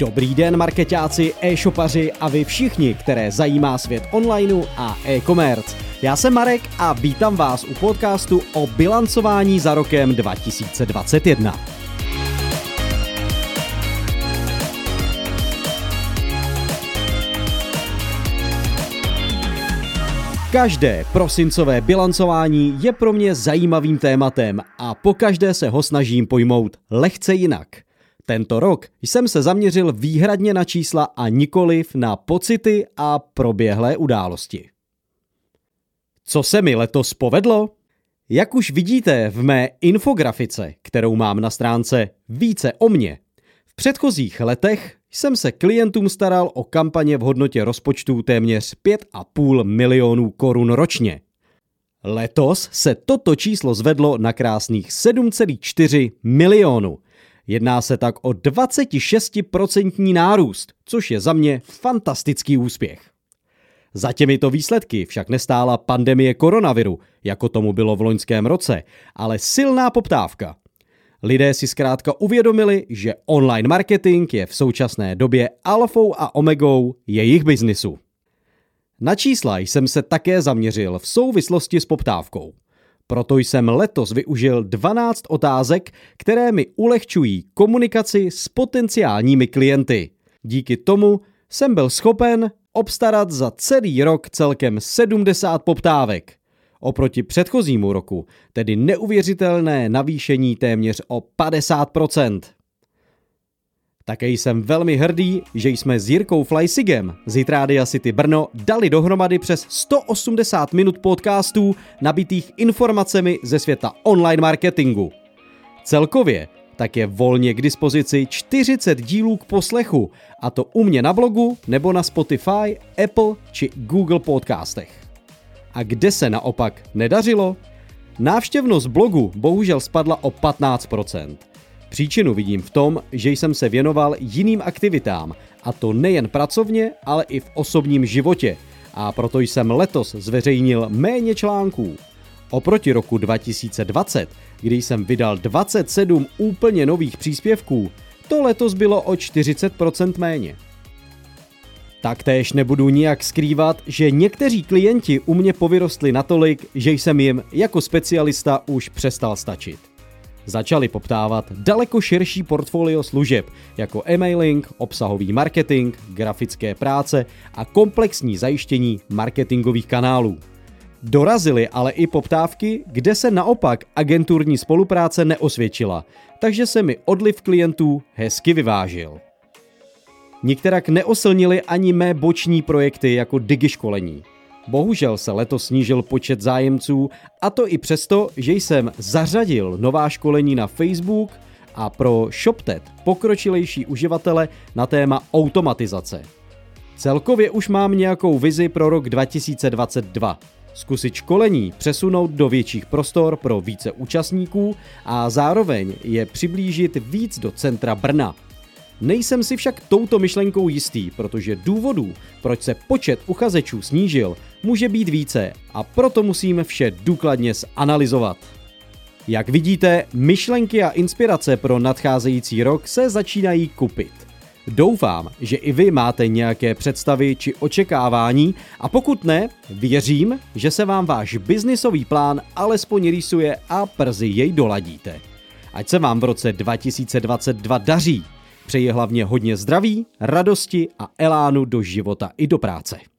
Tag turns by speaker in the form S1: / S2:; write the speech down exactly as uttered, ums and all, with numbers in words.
S1: Dobrý den markeťáci, e-shopaři a vy všichni, které zajímá svět onlineu a e-commerce. Já jsem Marek a vítám vás u podcastu o bilancování za rokem dva tisíce dvacet jedna. Každé prosincové bilancování je pro mě zajímavým tématem a pokaždé se ho snažím pojmout lehce jinak. Tento rok jsem se zaměřil výhradně na čísla a nikoliv na pocity a proběhlé události. Co se mi letos povedlo? Jak už vidíte v mé infografice, kterou mám na stránce Více o mně, v předchozích letech jsem se klientům staral o kampaně v hodnotě rozpočtu téměř pět a půl milionů korun ročně. Letos se toto číslo zvedlo na krásných sedm celá čtyři milionu. Jedná se tak o dvacet šest procent nárůst, což je za mě fantastický úspěch. Za těmito výsledky však nestála pandemie koronaviru, jako tomu bylo v loňském roce, ale silná poptávka. Lidé si zkrátka uvědomili, že online marketing je v současné době alfou a omegou jejich biznisu. Na čísla jsem se také zaměřil v souvislosti s poptávkou. Proto jsem letos využil dvanáct otázek, které mi ulehčují komunikaci s potenciálními klienty. Díky tomu jsem byl schopen obstarat za celý rok celkem sedmdesát poptávek. Oproti předchozímu roku, tedy neuvěřitelné navýšení téměř o padesát procent. Také jsem velmi hrdý, že jsme s Jirkou Flajsigem z Hitrádia City Brno dali dohromady přes sto osmdesát minut podcastů nabitých informacemi ze světa online marketingu. Celkově tak je volně k dispozici čtyřicet dílů k poslechu, a to u mě na blogu nebo na Spotify, Apple či Google podcastech. A kde se naopak nedařilo? Návštěvnost blogu bohužel spadla o patnáct procent. Příčinu vidím v tom, že jsem se věnoval jiným aktivitám, a to nejen pracovně, ale i v osobním životě. A proto jsem letos zveřejnil méně článků. Oproti roku dva tisíce dvacet, kdy jsem vydal dvacet sedm úplně nových příspěvků, to letos bylo o čtyřicet procent méně. Taktéž nebudu nijak skrývat, že někteří klienti u mě povyrostli natolik, že jsem jim jako specialista už přestal stačit. Začali poptávat daleko širší portfolio služeb, jako e-mailing, obsahový marketing, grafické práce a komplexní zajištění marketingových kanálů. Dorazily ale i poptávky, kde se naopak agenturní spolupráce neosvědčila, takže se mi odliv klientů hezky vyvážil. Nikterak neoslnily ani mé boční projekty jako digiškolení. Bohužel se letos snížil počet zájemců, a to i přesto, že jsem zařadil nová školení na Facebook a pro ShopTet pokročilejší uživatele na téma automatizace. Celkově už mám nějakou vizi pro rok dva tisíce dvacet dva. Zkusit školení přesunout do větších prostor pro více účastníků a zároveň je přiblížit víc do centra Brna. Nejsem si však touto myšlenkou jistý, protože důvodů, proč se počet uchazečů snížil, může být více a proto musím vše důkladně zanalyzovat. Jak vidíte, myšlenky a inspirace pro nadcházející rok se začínají kupit. Doufám, že i vy máte nějaké představy či očekávání, a pokud ne, věřím, že se vám váš biznisový plán alespoň rýsuje a brzy jej doladíte. Ať se vám v roce dva tisíce dvacet dva daří. Přeji hlavně hodně zdraví, radosti a elánu do života i do práce.